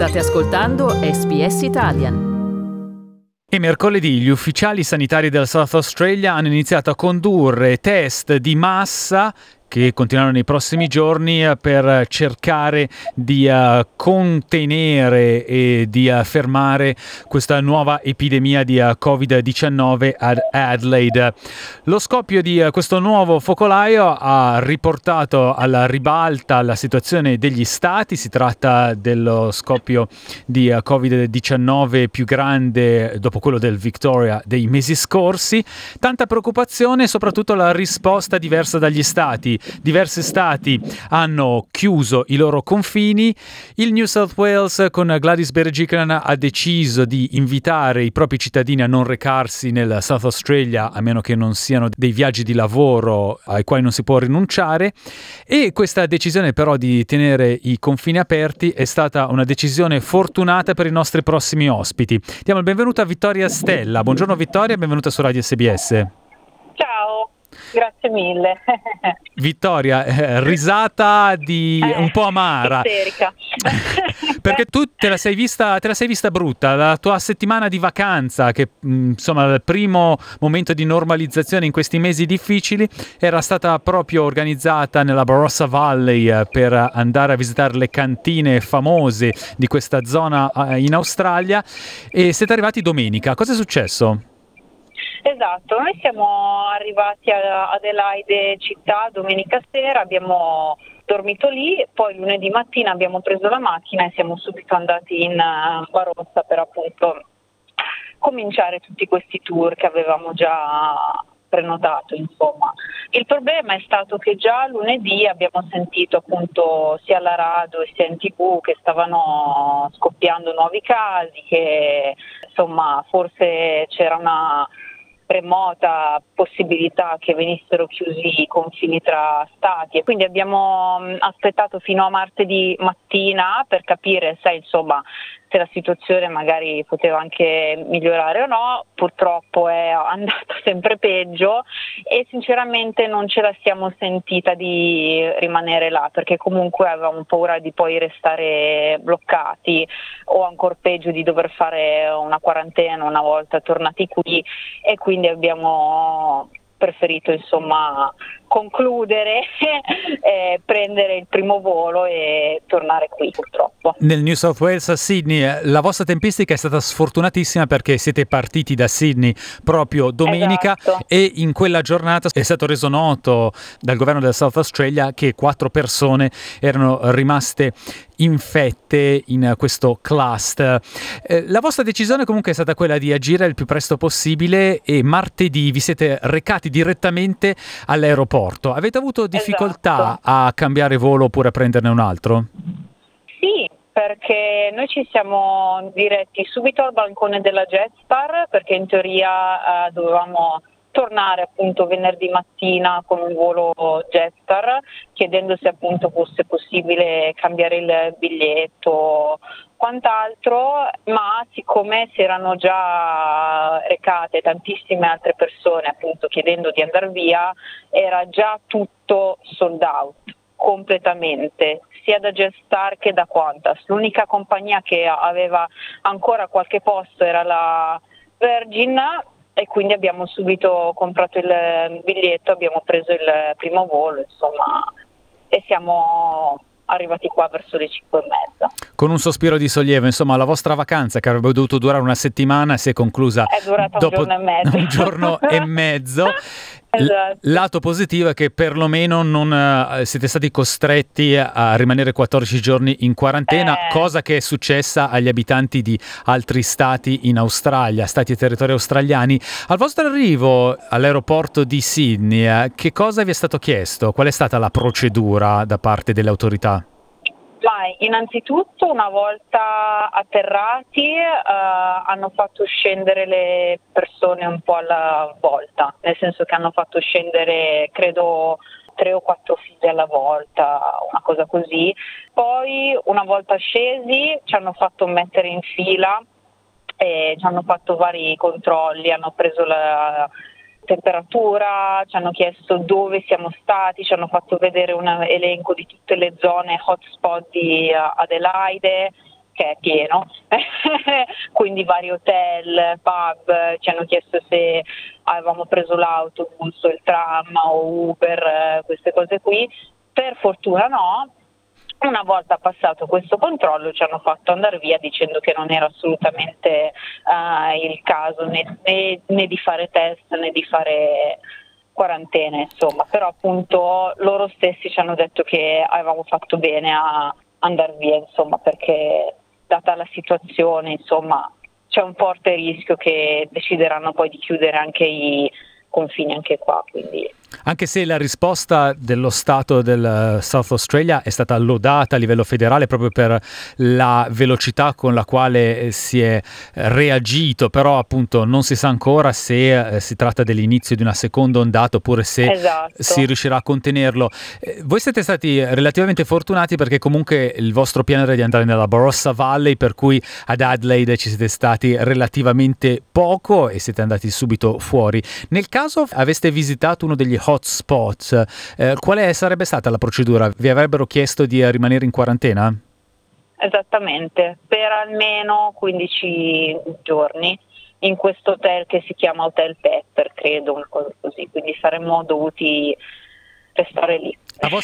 State ascoltando SBS Italian. E mercoledì gli ufficiali sanitari del South Australia hanno iniziato a condurre test di massa che continueranno nei prossimi giorni per cercare di contenere e di fermare questa nuova epidemia di Covid-19 ad Adelaide. Lo scoppio di questo nuovo focolaio ha riportato alla ribalta la situazione degli stati. Si tratta dello scoppio di Covid-19 più grande dopo quello del Victoria dei mesi scorsi. Tanta preoccupazione e soprattutto la risposta diversa dagli stati. Diversi stati hanno chiuso i loro confini. Il New South Wales con Gladys Berejiklian ha deciso di invitare i propri cittadini a non recarsi nel South Australia a meno che non siano dei viaggi di lavoro ai quali non si può rinunciare, e questa decisione però di tenere i confini aperti è stata una decisione fortunata per i nostri prossimi ospiti. Diamo il benvenuto a Vittoria Stella. Buongiorno Vittoria, benvenuta su Radio SBS. Ciao. Grazie mille. Vittoria, risata di un po' amara. Isterica. Perché tu te la sei vista brutta, la tua settimana di vacanza, che insomma il primo momento di normalizzazione in questi mesi difficili, era stata proprio organizzata nella Barossa Valley per andare a visitare le cantine famose di questa zona in Australia, e siete arrivati domenica. Cosa è successo? Esatto, noi siamo arrivati a Adelaide città domenica sera, abbiamo dormito lì, poi lunedì mattina abbiamo preso la macchina e siamo subito andati in Barossa per appunto cominciare tutti questi tour che avevamo già prenotato, insomma. Il problema è stato che già lunedì abbiamo sentito appunto sia alla radio sia in TV che stavano scoppiando nuovi casi, che insomma forse c'era una remota possibilità che venissero chiusi i confini tra stati, e quindi abbiamo aspettato fino a martedì mattina per capire se insomma se la situazione magari poteva anche migliorare o no. Purtroppo è andato sempre peggio e sinceramente non ce la siamo sentita di rimanere là, perché comunque avevamo paura di poi restare bloccati o ancora peggio di dover fare una quarantena una volta tornati qui, e quindi abbiamo preferito insomma concludere, prendere il primo volo e tornare qui purtroppo. Nel New South Wales a Sydney la vostra tempistica è stata sfortunatissima perché siete partiti da Sydney proprio domenica. Esatto. E in quella giornata è stato reso noto dal governo del South Australia che 4 persone erano rimaste infette in questo cluster. La vostra decisione comunque è stata quella di agire il più presto possibile e martedì vi siete recati direttamente all'aeroporto. Avete avuto difficoltà a cambiare volo oppure a prenderne un altro? Sì, perché noi ci siamo diretti subito al bancone della Jetstar, perché in teoria dovevamo tornare appunto venerdì mattina con un volo Jetstar, chiedendo se appunto fosse possibile cambiare il biglietto, quant'altro, ma siccome si erano già recate tantissime altre persone appunto chiedendo di andare via, era già tutto sold out completamente, sia da Jetstar che da Qantas. L'unica compagnia che aveva ancora qualche posto era la Virgin, e quindi abbiamo subito comprato il biglietto, abbiamo preso il primo volo, insomma, e siamo arrivati qua verso le 5:30. Con un sospiro di sollievo, insomma, la vostra vacanza, che avrebbe dovuto durare una settimana, si è conclusa È durata dopo un giorno e mezzo. un giorno e mezzo. Esatto. Lato positivo è che perlomeno non siete stati costretti a rimanere 14 giorni in quarantena, cosa che è successa agli abitanti di altri stati in Australia, stati e territori australiani. Al vostro arrivo all'aeroporto di Sydney, che cosa vi è stato chiesto? Qual è stata la procedura da parte delle autorità? Innanzitutto, una volta atterrati hanno fatto scendere le persone un po' alla volta, nel senso che hanno fatto scendere credo 3 o 4 file alla volta, una cosa così. Poi una volta scesi ci hanno fatto mettere in fila e ci hanno fatto vari controlli, hanno preso la temperatura, ci hanno chiesto dove siamo stati, ci hanno fatto vedere un elenco di tutte le zone hotspot di Adelaide, che è pieno, quindi vari hotel, pub, ci hanno chiesto se avevamo preso l'autobus o il tram o Uber, queste cose qui. Per fortuna no. Una volta passato questo controllo ci hanno fatto andare via dicendo che non era assolutamente il caso né di fare test né di fare quarantene, insomma, però appunto loro stessi ci hanno detto che avevamo fatto bene a andare via, insomma, perché data la situazione, insomma, c'è un forte rischio che decideranno poi di chiudere anche i confini anche qua, quindi. Anche se la risposta dello Stato del South Australia è stata lodata a livello federale proprio per la velocità con la quale si è reagito, però appunto non si sa ancora se si tratta dell'inizio di una seconda ondata oppure se si riuscirà a contenerlo. Voi siete stati relativamente fortunati perché comunque il vostro piano era di andare nella Barossa Valley, per cui ad Adelaide ci siete stati relativamente poco e siete andati subito fuori. Nel caso aveste visitato uno degli hotspot, quale sarebbe stata la procedura? Vi avrebbero chiesto di rimanere in quarantena? Esattamente, per almeno 15 giorni in questo hotel che si chiama Hotel Pepper, credo, una cosa così, quindi saremmo dovuti restare lì.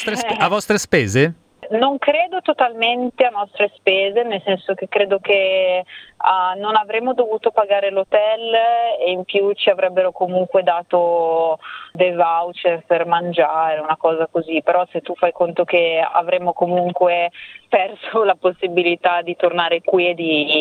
A vostre spese? Non credo totalmente a nostre spese, nel senso che credo che non avremmo dovuto pagare l'hotel e in più ci avrebbero comunque dato dei voucher per mangiare, una cosa così, però se tu fai conto che avremmo comunque perso la possibilità di tornare qui e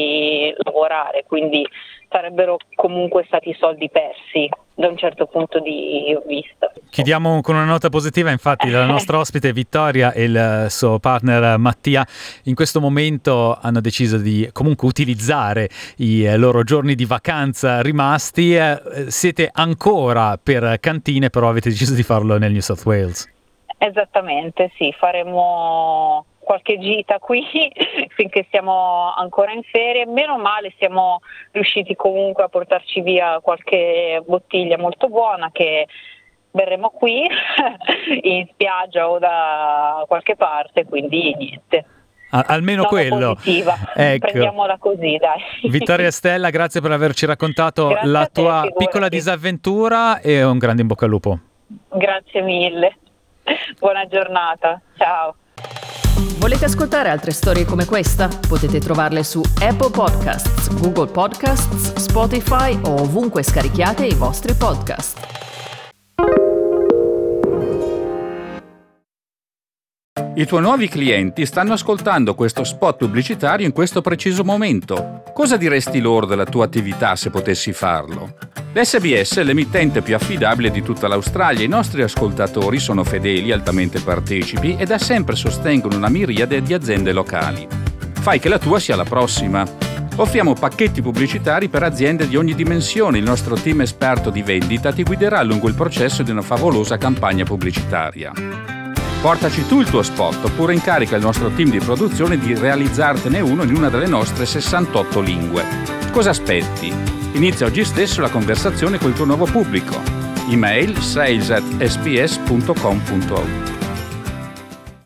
di lavorare, quindi sarebbero comunque stati soldi persi da un certo punto di vista. Chiudiamo con una nota positiva, infatti la nostra ospite Vittoria e il suo partner Mattia in questo momento hanno deciso di comunque utilizzare i loro giorni di vacanza rimasti. Siete ancora per cantine, però avete deciso di farlo nel New South Wales. Esattamente, sì, faremo qualche gita qui finché siamo ancora in ferie. Meno male siamo riusciti comunque a portarci via qualche bottiglia molto buona che berremo qui in spiaggia o da qualche parte, quindi niente. Almeno Nota quello. Positiva. Ecco. Prendiamola così, dai. Vittoria e Stella, grazie per averci raccontato Grazie la a te, tua figurati. piccola disavventura e un grande in bocca al lupo. Grazie mille. Buona giornata. Ciao. Volete ascoltare altre storie come questa? Potete trovarle su Apple Podcasts, Google Podcasts, Spotify o ovunque scarichiate i vostri podcast. I tuoi nuovi clienti stanno ascoltando questo spot pubblicitario in questo preciso momento. Cosa diresti loro della tua attività se potessi farlo? L'SBS è l'emittente più affidabile di tutta l'Australia. I nostri ascoltatori sono fedeli, altamente partecipi e da sempre sostengono una miriade di aziende locali. Fai che la tua sia la prossima. Offriamo pacchetti pubblicitari per aziende di ogni dimensione. Il nostro team esperto di vendita ti guiderà lungo il processo di una favolosa campagna pubblicitaria. Portaci tu il tuo spot oppure incarica il nostro team di produzione di realizzartene uno in una delle nostre 68 lingue. Cosa aspetti? Inizia oggi stesso la conversazione col tuo nuovo pubblico. Email sales@sbs.com.au